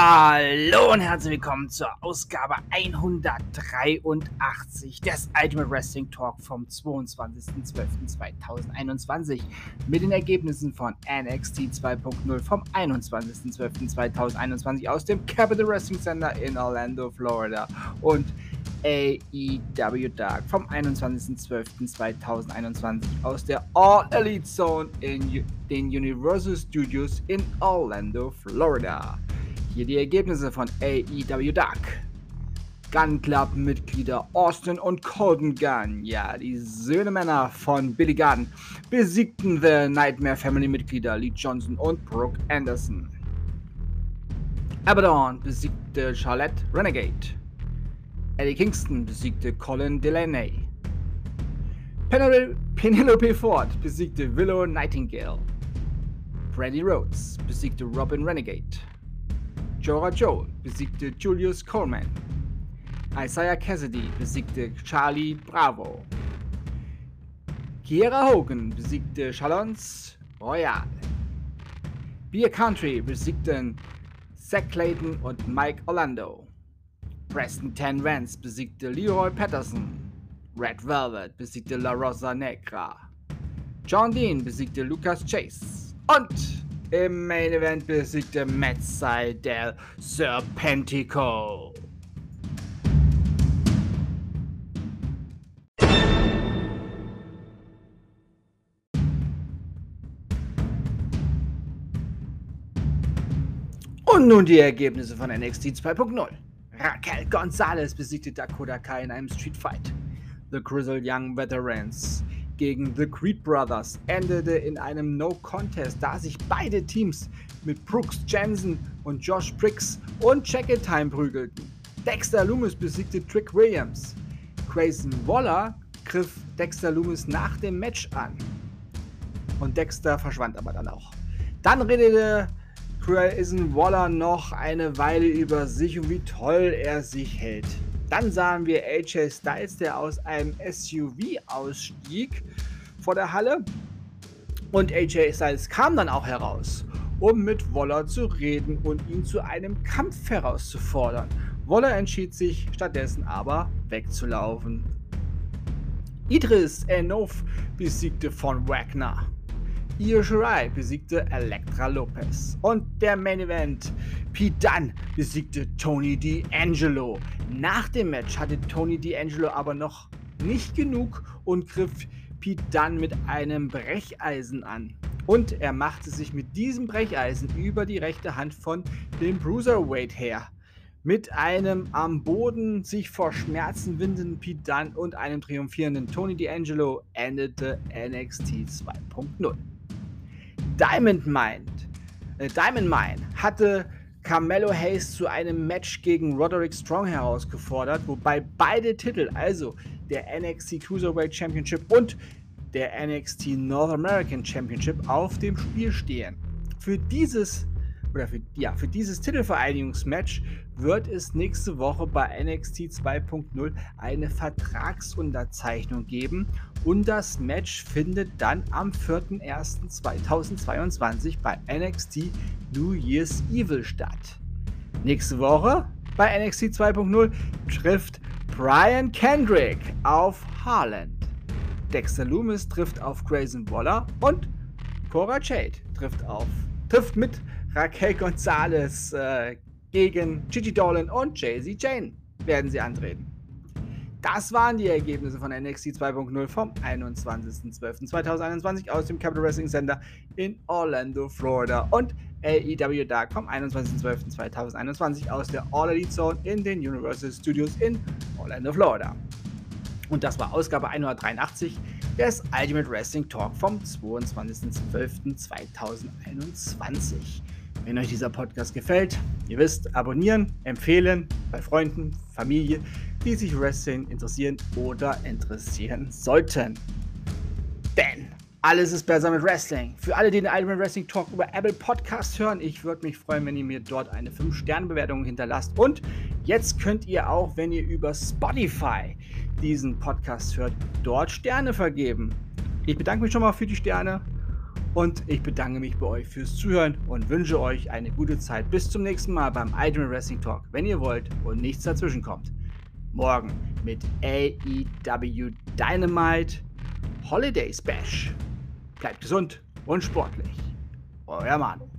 Hallo und herzlich willkommen zur Ausgabe 183 des Ultimate Wrestling Talk vom 22.12.2021 mit den Ergebnissen von NXT 2.0 vom 21.12.2021 aus dem Capital Wrestling Center in Orlando, Florida und AEW Dark vom 21.12.2021 aus der All Elite Zone in den Universal Studios in Orlando, Florida. Hier die Ergebnisse von AEW Dark. Gun Club-Mitglieder Austin und Colton Gunn, ja, die Söhnemänner von Billy Gunn, besiegten The Nightmare Family-Mitglieder Lee Johnson und Brooke Anderson. Abaddon besiegte Charlotte Renegade. Eddie Kingston besiegte Colin Delaney. Penelope Ford besiegte Willow Nightingale. Brandy Rhodes besiegte Robin Renegade. Jora Joe besiegte Julius Coleman. Isaiah Cassidy besiegte Charlie Bravo. Kiera Hogan besiegte Chalons Royale. Beer Country besiegten Zack Clayton und Mike Orlando. Preston Ten Vance besiegte Leroy Patterson. Red Velvet besiegte La Rosa Negra. John Dean besiegte Lucas Chase. Und im Main Event besiegte Matt Sydal Serpentico. Und nun die Ergebnisse von NXT 2.0. Raquel Gonzalez besiegte Dakota Kai in einem Street Fight. The Grizzled Young Veterans gegen The Creed Brothers endete in einem No-Contest, da sich beide Teams mit Brooks Jensen und Josh Briggs und Jacket Time prügelten. Dexter Lumis besiegte Trick Williams. Grayson Waller griff Dexter Lumis nach dem Match an. Und Dexter verschwand aber dann auch. Dann redete Grayson Waller noch eine Weile über sich und wie toll er sich hält. Dann sahen wir AJ Styles, der aus einem SUV ausstieg vor der Halle. Und AJ Styles kam dann auch heraus, um mit Waller zu reden und ihn zu einem Kampf herauszufordern. Waller entschied sich stattdessen aber wegzulaufen. Idris Enouf besiegte Von Wagner. Io Shirai besiegte Elektra Lopez. Und der Main Event, Pete Dunne besiegte Tony D'Angelo. Nach dem Match hatte Tony D'Angelo aber noch nicht genug und griff Pete Dunne mit einem Brecheisen an. Und er machte sich mit diesem Brecheisen über die rechte Hand von dem Bruiserweight her. Mit einem am Boden sich vor Schmerzen windenden Pete Dunne und einem triumphierenden Tony D'Angelo endete NXT 2.0. Diamond Mine hatte Carmelo Hayes zu einem Match gegen Roderick Strong herausgefordert, wobei beide Titel, also der NXT Cruiserweight Championship und der NXT North American Championship, auf dem Spiel stehen. Für dieses Titelvereinigungsmatch wird es nächste Woche bei NXT 2.0 eine Vertragsunterzeichnung geben und das Match findet dann am 4.1.2022 bei NXT New Year's Evil statt. Nächste Woche bei NXT 2.0 trifft Brian Kendrick auf Haaland. Dexter Lumis trifft auf Grayson Waller und Cora Jade trifft mit Raquel Gonzalez gegen Gigi Dolan und Jacy Jayne werden sie antreten. Das waren die Ergebnisse von NXT 2.0 vom 21.12.2021 aus dem Capital Wrestling Center in Orlando, Florida und AEW Dark vom 21.12.2021 aus der All Elite Zone in den Universal Studios in Orlando, Florida. Und das war Ausgabe 183 des Ultimate Wrestling Talk vom 22.12.2021. Wenn euch dieser Podcast gefällt, ihr wisst, abonnieren, empfehlen bei Freunden, Familie, die sich Wrestling interessieren oder interessieren sollten. Denn alles ist besser mit Wrestling. Für alle, die den Ultimate Wrestling Talk über Apple Podcasts hören, ich würde mich freuen, wenn ihr mir dort eine 5-Sterne-Bewertung hinterlasst. Und jetzt könnt ihr auch, wenn ihr über Spotify diesen Podcast hört, dort Sterne vergeben. Ich bedanke mich schon mal für die Sterne Und ich bedanke mich bei euch fürs Zuhören und wünsche euch eine gute Zeit. Bis zum nächsten Mal beim Ultimate Wrestling Talk, wenn ihr wollt und nichts dazwischen kommt. Morgen mit AEW Dynamite Holiday Bash. Bleibt gesund und sportlich. Euer Manu.